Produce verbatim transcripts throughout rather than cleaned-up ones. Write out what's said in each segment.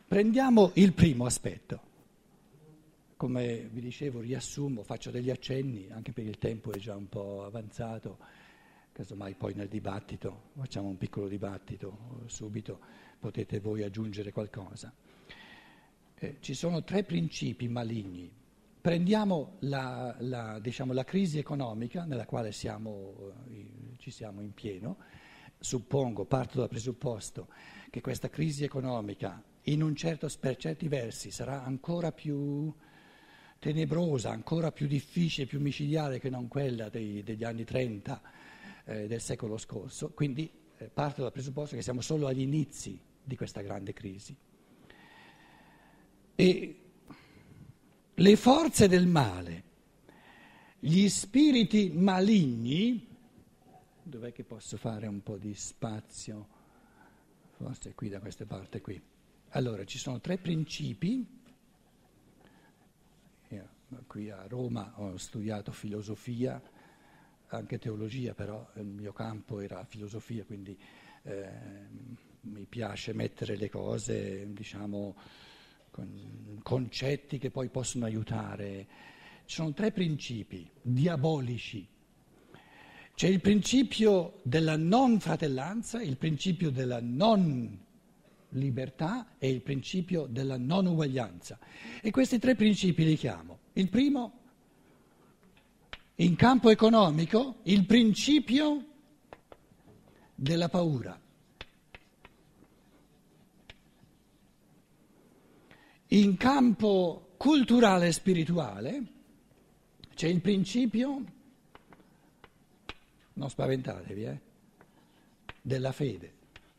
Prendiamo il primo aspetto. Come vi dicevo, riassumo, faccio degli accenni, anche perché il tempo è già un po' avanzato, casomai poi nel dibattito, facciamo un piccolo dibattito subito, potete voi aggiungere qualcosa. Eh, ci sono tre principi maligni. Prendiamo la, la, diciamo, la crisi economica nella quale siamo, eh, ci siamo in pieno. Suppongo, parto dal presupposto che questa crisi economica in un certo, per certi versi sarà ancora più tenebrosa, ancora più difficile, più micidiale che non quella dei, degli anni trenta eh, del secolo scorso. Quindi eh, parto dal presupposto che siamo solo agli inizi di questa grande crisi. E le forze del male, gli spiriti maligni, dov'è che posso fare un po' di spazio? Forse qui da questa parte qui. Allora, ci sono tre principi. Io, qui a Roma ho studiato filosofia, anche teologia, però il mio campo era filosofia, quindi eh, mi piace mettere le cose, diciamo, con concetti che poi possono aiutare. Ci sono tre principi diabolici. C'è il principio della non fratellanza, il principio della non libertà e il principio della non uguaglianza. E questi tre principi li chiamo. Il primo, in campo economico, il principio della paura. In campo culturale e spirituale c'è il principio, non spaventatevi, eh, della fede.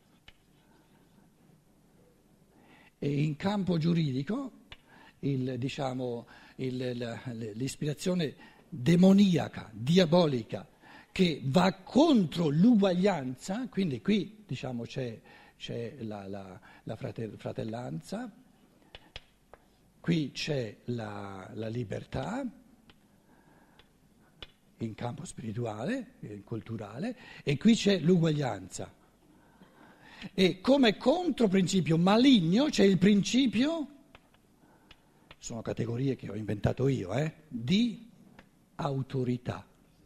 E in campo giuridico il, diciamo, il, la, l'ispirazione demoniaca, diabolica, che va contro l'uguaglianza, quindi qui diciamo, c'è, c'è la, la, la fratellanza, qui c'è la, la libertà in campo spirituale, culturale, e qui c'è l'uguaglianza. E come controprincipio maligno c'è il principio, sono categorie che ho inventato io, eh, di autorità.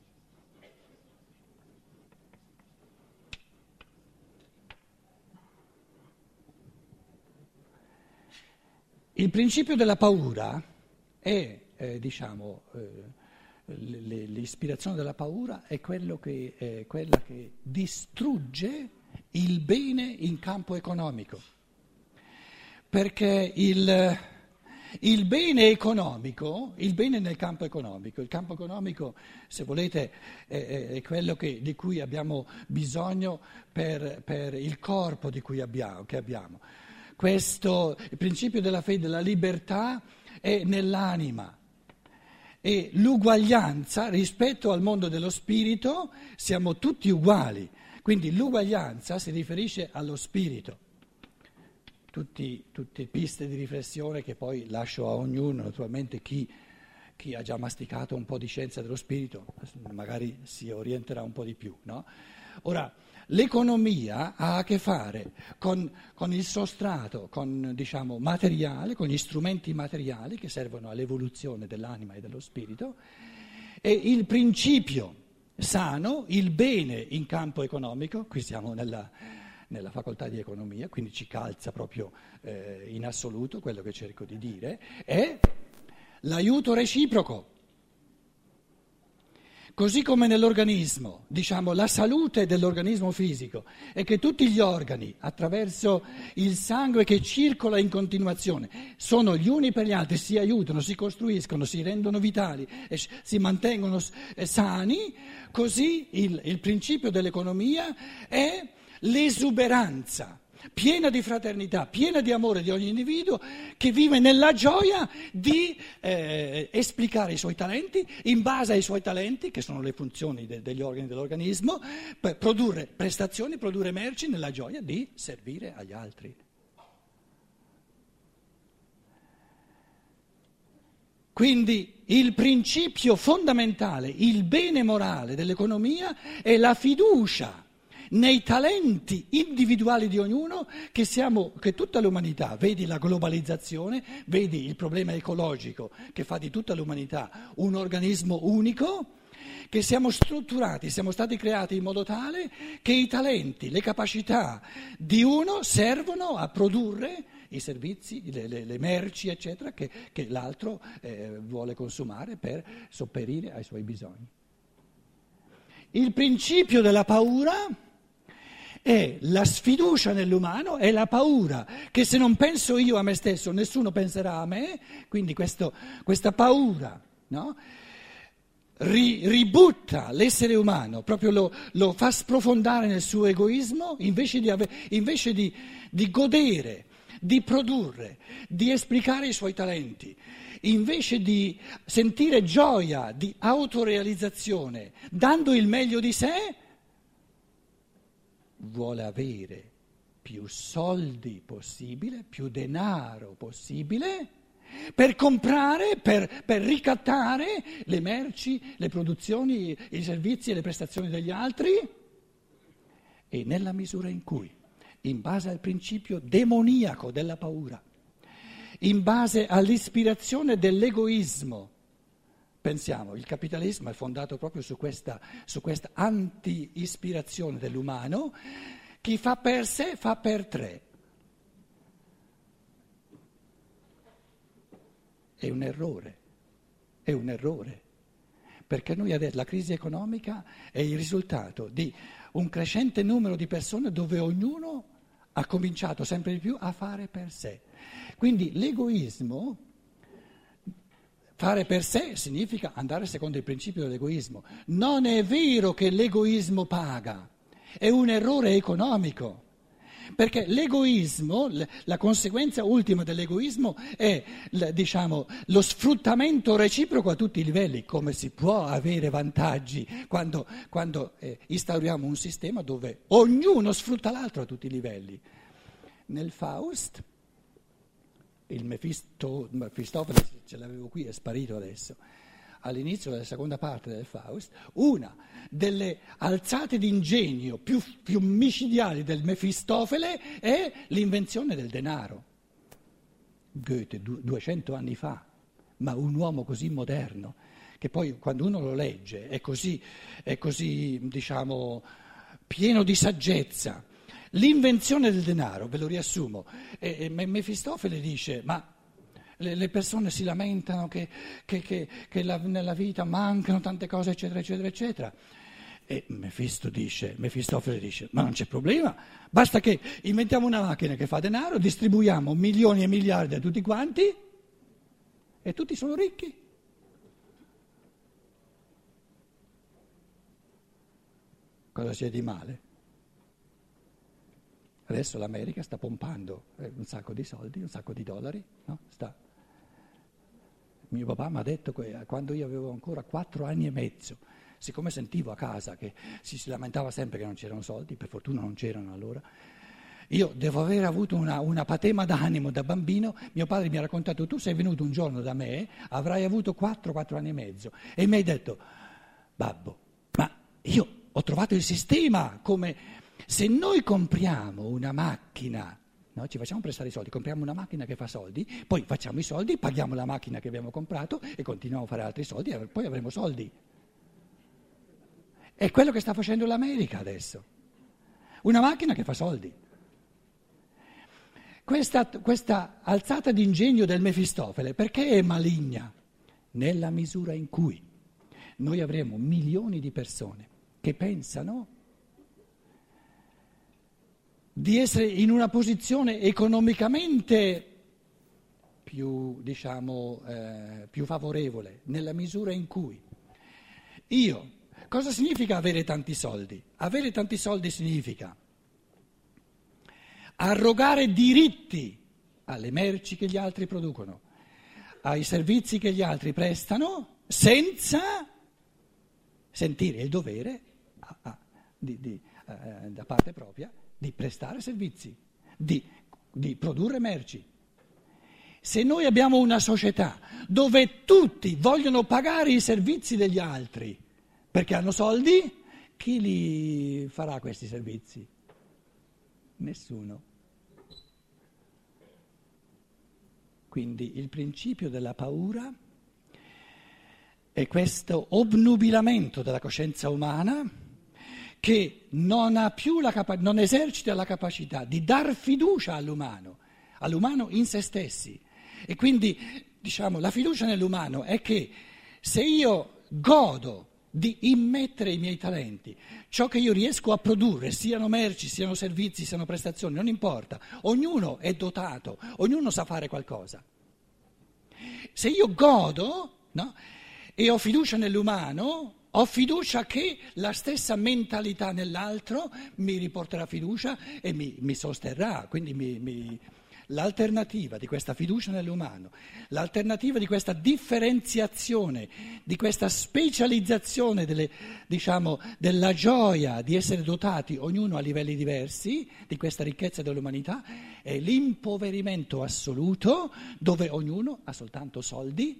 Il principio della paura è, eh, diciamo, eh, l'ispirazione della paura è quello che, è quella che distrugge il bene in campo economico, perché il, il bene economico, il bene nel campo economico, il campo economico, se volete, è, è quello che, di cui abbiamo bisogno per, per il corpo di cui abbiamo, che abbiamo. Questo, il principio della fede, della libertà è nell'anima. E l'uguaglianza rispetto al mondo dello spirito, siamo tutti uguali, quindi l'uguaglianza si riferisce allo spirito. Tutti, tutte piste di riflessione che poi lascio a ognuno, naturalmente chi, chi ha già masticato un po' di scienza dello spirito magari si orienterà un po' di più, no? Ora, l'economia ha a che fare con, con il sostrato, con, diciamo, materiale, con gli strumenti materiali che servono all'evoluzione dell'anima e dello spirito, e il principio sano, il bene in campo economico, qui siamo nella, nella facoltà di economia, quindi ci calza proprio eh, in assoluto quello che cerco di dire, è l'aiuto reciproco. Così come nell'organismo, diciamo, la salute dell'organismo fisico è che tutti gli organi, attraverso il sangue che circola in continuazione, sono gli uni per gli altri, si aiutano, si costruiscono, si rendono vitali e si mantengono sani, così il, il principio dell'economia è l'esuberanza piena di fraternità, piena di amore di ogni individuo che vive nella gioia di eh, esplicare i suoi talenti, in base ai suoi talenti, che sono le funzioni de- degli organi dell'organismo, per produrre prestazioni, produrre merci nella gioia di servire agli altri. Quindi il principio fondamentale, il bene morale dell'economia è la fiducia nei talenti individuali di ognuno, che siamo, che tutta l'umanità, vedi la globalizzazione, vedi il problema ecologico che fa di tutta l'umanità un organismo unico, che siamo strutturati, siamo stati creati in modo tale che i talenti, le capacità di uno servono a produrre i servizi, le, le, le merci, eccetera, che, che l'altro eh, vuole consumare per sopperire ai suoi bisogni. Il principio della paura è la sfiducia nell'umano, è la paura che se non penso io a me stesso nessuno penserà a me, quindi questo, questa paura, no? Ri, ributta l'essere umano, proprio lo, lo fa sprofondare nel suo egoismo invece di, ave, invece di, di godere, di produrre, di esplicare i suoi talenti, invece di sentire gioia, di autorealizzazione, dando il meglio di sé, vuole avere più soldi possibile, più denaro possibile, per comprare, per, per ricattare le merci, le produzioni, i servizi e le prestazioni degli altri, e nella misura in cui, in base al principio demoniaco della paura, in base all'ispirazione dell'egoismo, pensiamo, il capitalismo è fondato proprio su questa, su questa anti-ispirazione dell'umano, chi fa per sé fa per tre. È un errore, è un errore, perché noi adesso la crisi economica è il risultato di un crescente numero di persone dove ognuno ha cominciato sempre di più a fare per sé. Quindi l'egoismo, fare per sé significa andare secondo il principio dell'egoismo. Non è vero che l'egoismo paga, è un errore economico. Perché l'egoismo, la conseguenza ultima dell'egoismo è, diciamo, lo sfruttamento reciproco a tutti i livelli. Come si può avere vantaggi quando, quando eh, instauriamo un sistema dove ognuno sfrutta l'altro a tutti i livelli? Nel Faust, il Mefisto, Mefistofele, ce l'avevo qui, è sparito adesso. All'inizio della seconda parte del Faust, una delle alzate d'ingegno più, più micidiali del Mefistofele è l'invenzione del denaro. Goethe, du- duecento anni fa, ma un uomo così moderno, che poi quando uno lo legge è così, è così, diciamo, pieno di saggezza. L'invenzione del denaro, ve lo riassumo, e, e Mefistofele dice, ma le persone si lamentano che, che, che, che la, nella vita mancano tante cose, eccetera, eccetera, eccetera. E Mefisto dice, Mefistofele dice, ma non c'è problema, basta che inventiamo una macchina che fa denaro, distribuiamo milioni e miliardi a tutti quanti e tutti sono ricchi. Cosa c'è di male? Adesso l'America sta pompando un sacco di soldi, un sacco di dollari, no? Sta. Mio papà mi ha detto che quando io avevo ancora quattro anni e mezzo, siccome sentivo a casa che si, si lamentava sempre che non c'erano soldi, per fortuna non c'erano allora, io devo aver avuto una, una patema d'animo da bambino. Mio padre mi ha raccontato, tu sei venuto un giorno da me, avrai avuto quattro, quattro anni e mezzo, e mi hai detto, babbo, ma io ho trovato il sistema come... Se noi compriamo una macchina, no, ci facciamo prestare i soldi, compriamo una macchina che fa soldi, poi facciamo i soldi, paghiamo la macchina che abbiamo comprato e continuiamo a fare altri soldi e poi avremo soldi. È quello che sta facendo l'America adesso. Una macchina che fa soldi. Questa, questa alzata d'ingegno del Mefistofele, perché è maligna? Nella misura in cui noi avremo milioni di persone che pensano di essere in una posizione economicamente più, diciamo, eh, più favorevole, nella misura in cui io, cosa significa avere tanti soldi? Avere tanti soldi significa arrogare diritti alle merci che gli altri producono, ai servizi che gli altri prestano, senza sentire il dovere a, a, di, di, eh, da parte propria di prestare servizi, di, di produrre merci. Se noi abbiamo una società dove tutti vogliono pagare i servizi degli altri perché hanno soldi, chi li farà questi servizi? Nessuno. Quindi il principio della paura è questo obnubilamento della coscienza umana che non ha più la capa- non esercita la capacità di dar fiducia all'umano, all'umano in se stessi. E quindi, diciamo, la fiducia nell'umano è che se io godo di immettere i miei talenti, ciò che io riesco a produrre, siano merci, siano servizi, siano prestazioni, non importa, ognuno è dotato, ognuno sa fare qualcosa. Se io godo, no, e ho fiducia nell'umano, ho fiducia che la stessa mentalità nell'altro mi riporterà fiducia e mi, mi sosterrà, quindi mi, mi, l'alternativa di questa fiducia nell'umano, l'alternativa di questa differenziazione, di questa specializzazione delle, diciamo, della gioia di essere dotati ognuno a livelli diversi, di questa ricchezza dell'umanità, è l'impoverimento assoluto dove ognuno ha soltanto soldi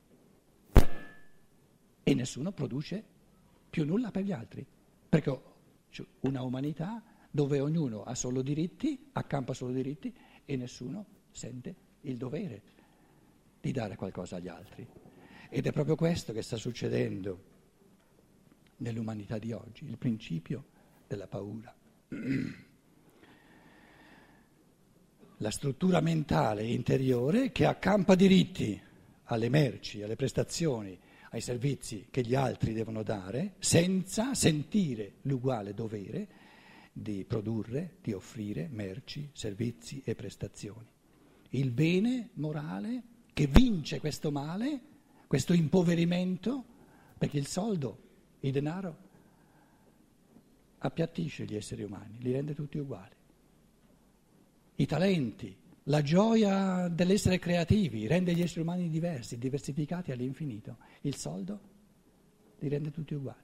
e nessuno produce più nulla per gli altri, perché ho una umanità dove ognuno ha solo diritti, accampa solo diritti e nessuno sente il dovere di dare qualcosa agli altri. Ed è proprio questo che sta succedendo nell'umanità di oggi, il principio della paura. La struttura mentale interiore che accampa diritti alle merci, alle prestazioni, ai servizi che gli altri devono dare, senza sentire l'uguale dovere di produrre, di offrire merci, servizi e prestazioni. Il bene morale che vince questo male, questo impoverimento, perché il soldo, il denaro, appiattisce gli esseri umani, li rende tutti uguali. I talenti, la gioia dell'essere creativi rende gli esseri umani diversi, diversificati all'infinito. Il soldo li rende tutti uguali.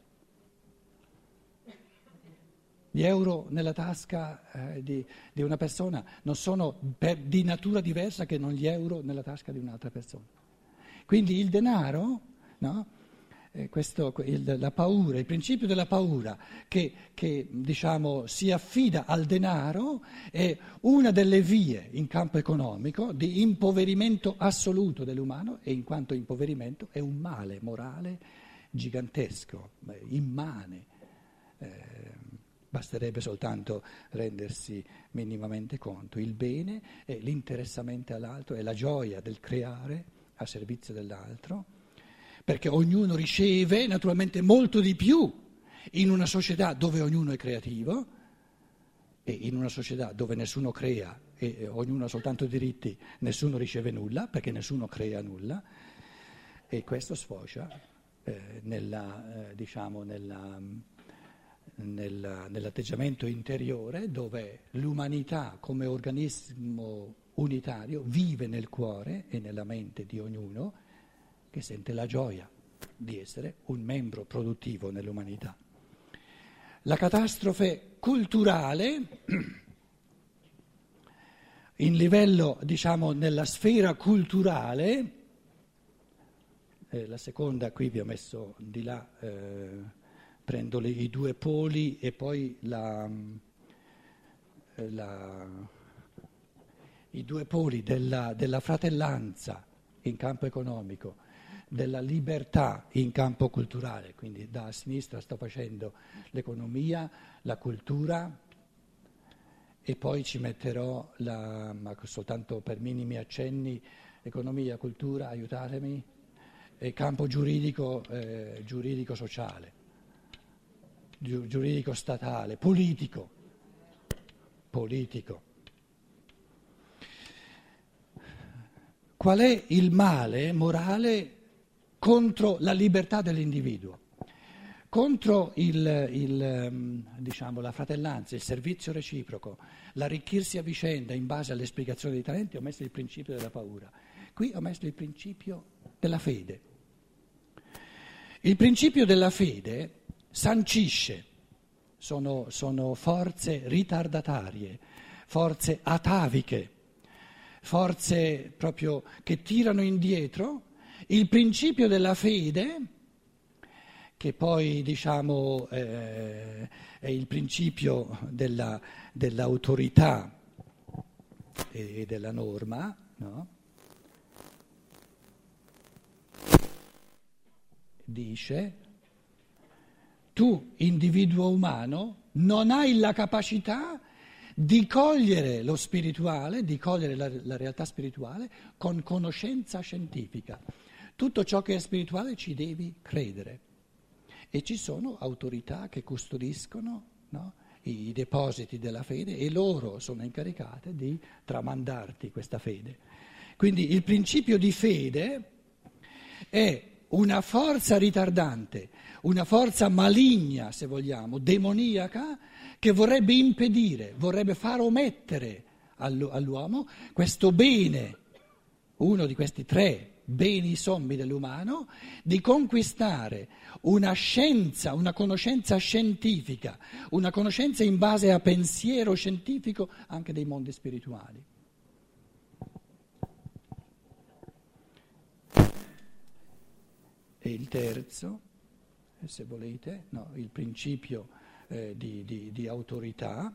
Gli euro nella tasca eh, di, di una persona non sono per, di natura diversa che non gli euro nella tasca di un'altra persona. Quindi il denaro, no? eh, questo, il, la paura, il principio della paura che, che diciamo, si affida al denaro è una delle vie in campo economico di impoverimento assoluto dell'umano e in quanto impoverimento è un male morale gigantesco, immane. Eh, Basterebbe soltanto rendersi minimamente conto. Il bene è l'interessamento all'altro, è la gioia del creare a servizio dell'altro, perché ognuno riceve naturalmente molto di più in una società dove ognuno è creativo e in una società dove nessuno crea e ognuno ha soltanto diritti, nessuno riceve nulla perché nessuno crea nulla e questo sfocia eh, nella, eh, diciamo, nella... Nel, nell'atteggiamento interiore dove l'umanità come organismo unitario vive nel cuore e nella mente di ognuno che sente la gioia di essere un membro produttivo nell'umanità. La catastrofe culturale in livello, diciamo, nella sfera culturale, eh, la seconda qui vi ho messo di là, eh, prendo le, i due poli e poi la, la, i due poli della, della fratellanza in campo economico, della libertà in campo culturale, quindi da sinistra sto facendo l'economia, la cultura e poi ci metterò, la, ma soltanto per minimi accenni, economia, cultura, aiutatemi, e campo giuridico, eh, giuridico-sociale. Giuridico statale, politico, politico. Qual è il male morale contro la libertà dell'individuo? Contro il, il, diciamo, la fratellanza, il servizio reciproco, l'arricchirsi a vicenda in base alle spiegazioni dei talenti, ho messo il principio della paura. Qui ho messo il principio della fede. Il principio della fede sancisce, sono, sono forze ritardatarie, forze ataviche, forze proprio che tirano indietro il principio della fede che poi diciamo eh, è il principio della, dell'autorità e della norma, no? Dice: tu, individuo umano, non hai la capacità di cogliere lo spirituale, di cogliere la, la realtà spirituale con conoscenza scientifica. Tutto ciò che è spirituale ci devi credere. E ci sono autorità che custodiscono, no, i, i depositi della fede, e loro sono incaricate di tramandarti questa fede. Quindi il principio di fede è una forza ritardante, una forza maligna, se vogliamo, demoniaca, che vorrebbe impedire, vorrebbe far omettere all'uomo questo bene, uno di questi tre beni sommi dell'umano, di conquistare una scienza, una conoscenza scientifica, una conoscenza in base a pensiero scientifico anche dei mondi spirituali. E il terzo, se volete, no, il principio eh, di, di, di autorità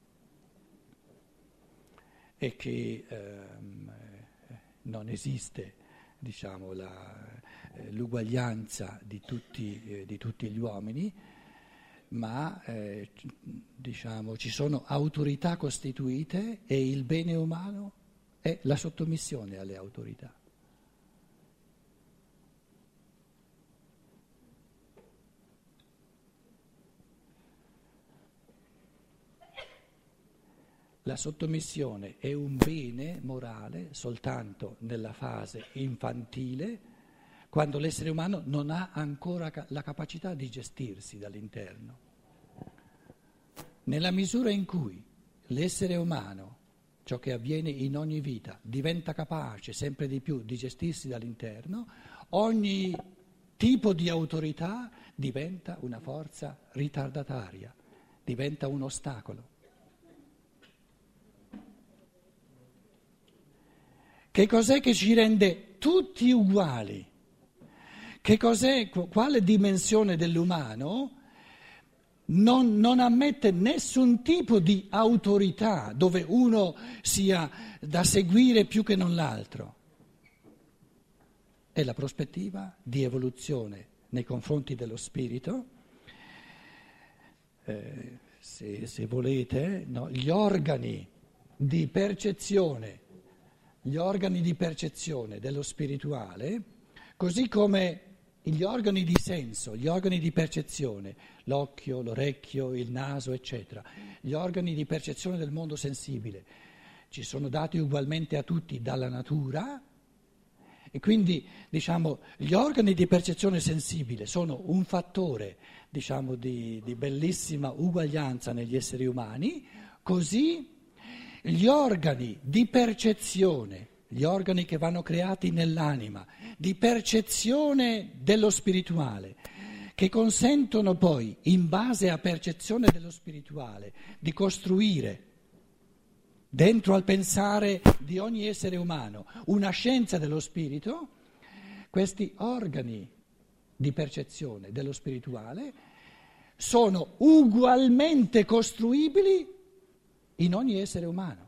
è che ehm, non esiste, diciamo, la, eh, l'uguaglianza di tutti, eh, di tutti gli uomini, ma eh, diciamo, ci sono autorità costituite e il bene umano è la sottomissione alle autorità. La sottomissione è un bene morale soltanto nella fase infantile, quando l'essere umano non ha ancora la capacità di gestirsi dall'interno. Nella misura in cui l'essere umano, ciò che avviene in ogni vita, diventa capace sempre di più di gestirsi dall'interno, ogni tipo di autorità diventa una forza ritardataria, diventa un ostacolo. Che cos'è che ci rende tutti uguali? Che cos'è, quale dimensione dell'umano non, non ammette nessun tipo di autorità dove uno sia da seguire più che non l'altro? È la prospettiva di evoluzione nei confronti dello spirito. Eh, se, se volete, no, gli organi di percezione Gli organi di percezione dello spirituale, così come gli organi di senso, gli organi di percezione, l'occhio, l'orecchio, il naso, eccetera, gli organi di percezione del mondo sensibile, ci sono dati ugualmente a tutti dalla natura, e quindi diciamo gli organi di percezione sensibile sono un fattore, diciamo, di, di bellissima uguaglianza negli esseri umani, così gli organi di percezione, gli organi che vanno creati nell'anima, di percezione dello spirituale, che consentono poi, in base a percezione dello spirituale, di costruire dentro al pensare di ogni essere umano una scienza dello spirito, questi organi di percezione dello spirituale sono ugualmente costruibili in ogni essere umano.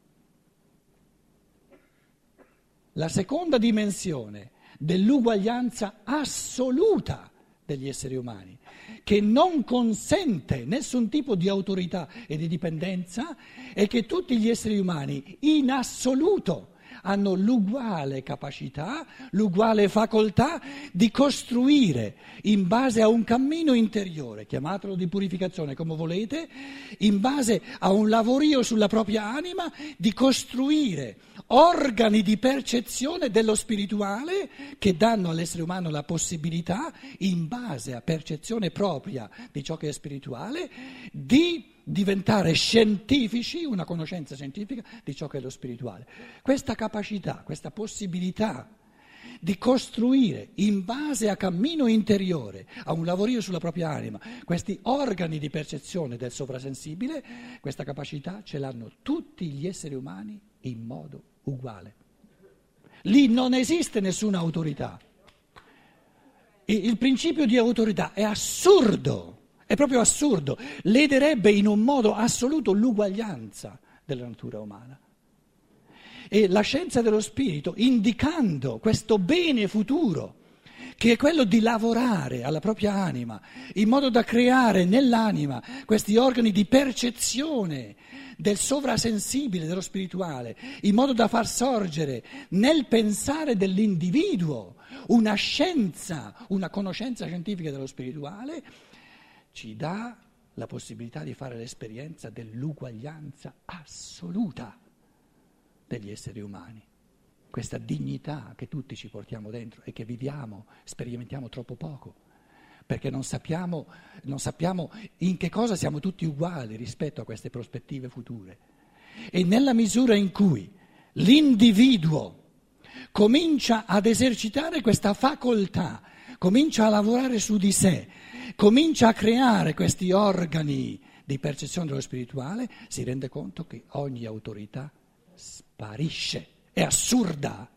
La seconda dimensione dell'uguaglianza assoluta degli esseri umani, che non consente nessun tipo di autorità e di dipendenza, è che tutti gli esseri umani in assoluto hanno l'uguale capacità, l'uguale facoltà di costruire in base a un cammino interiore, chiamatelo di purificazione come volete, in base a un lavorio sulla propria anima, di costruire organi di percezione dello spirituale che danno all'essere umano la possibilità, in base a percezione propria di ciò che è spirituale, di diventare scientifici, una conoscenza scientifica di ciò che è lo spirituale. Questa capacità, questa possibilità di costruire in base a cammino interiore, a un lavorio sulla propria anima, questi organi di percezione del sovrasensibile, questa capacità ce l'hanno tutti gli esseri umani in modo uguale. Lì non esiste nessuna autorità. il principio di autorità è assurdo, è proprio assurdo, lederebbe in un modo assoluto l'uguaglianza della natura umana. E la scienza dello spirito, indicando questo bene futuro, che è quello di lavorare alla propria anima, in modo da creare nell'anima questi organi di percezione del sovrasensibile, dello spirituale, in modo da far sorgere nel pensare dell'individuo una scienza, una conoscenza scientifica dello spirituale, ci dà la possibilità di fare l'esperienza dell'uguaglianza assoluta degli esseri umani. Questa dignità che tutti ci portiamo dentro e che viviamo, sperimentiamo troppo poco, perché non sappiamo, non sappiamo in che cosa siamo tutti uguali rispetto a queste prospettive future. E nella misura in cui l'individuo comincia ad esercitare questa facoltà, comincia a lavorare su di sé, comincia a creare questi organi di percezione dello spirituale, si rende conto che ogni autorità sparisce. È assurda.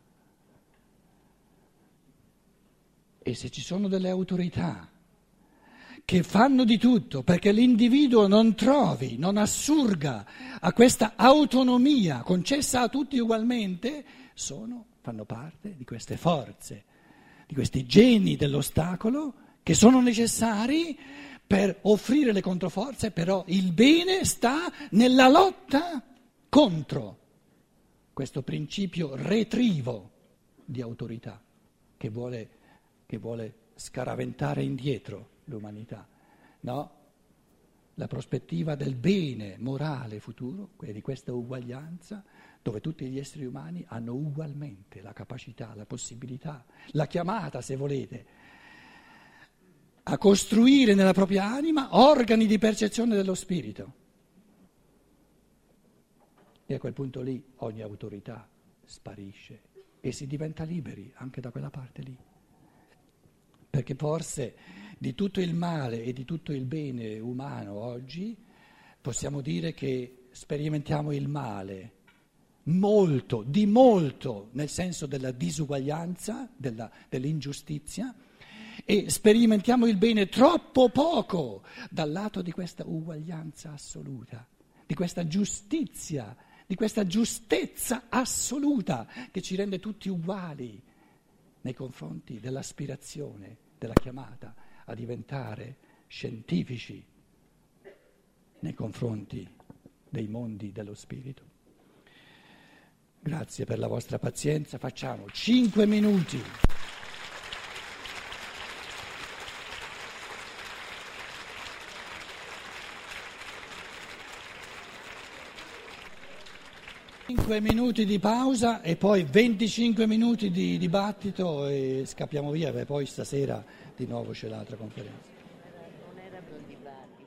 E se ci sono delle autorità che fanno di tutto perché l'individuo non trovi, non assurga a questa autonomia concessa a tutti ugualmente, sono, fanno parte di queste forze, di questi geni dell'ostacolo che sono necessari per offrire le controforze, però il bene sta nella lotta contro questo principio retrivo di autorità che vuole, che vuole scaraventare indietro l'umanità. No, la prospettiva del bene morale futuro, quella di questa uguaglianza, dove tutti gli esseri umani hanno ugualmente la capacità, la possibilità, la chiamata, se volete, a costruire nella propria anima organi di percezione dello spirito. E a quel punto lì ogni autorità sparisce e si diventa liberi anche da quella parte lì. Perché forse di tutto il male e di tutto il bene umano oggi possiamo dire che sperimentiamo il male molto, di molto, nel senso della disuguaglianza, della, dell'ingiustizia, e sperimentiamo il bene troppo poco dal lato di questa uguaglianza assoluta, di questa giustizia, di questa giustezza assoluta che ci rende tutti uguali nei confronti dell'aspirazione, della chiamata a diventare scientifici nei confronti dei mondi dello spirito. Grazie per la vostra pazienza, facciamo cinque minuti. cinque minuti di pausa e poi venticinque minuti di dibattito e scappiamo via, perché poi stasera di nuovo c'è l'altra conferenza. Non era per un dibattito.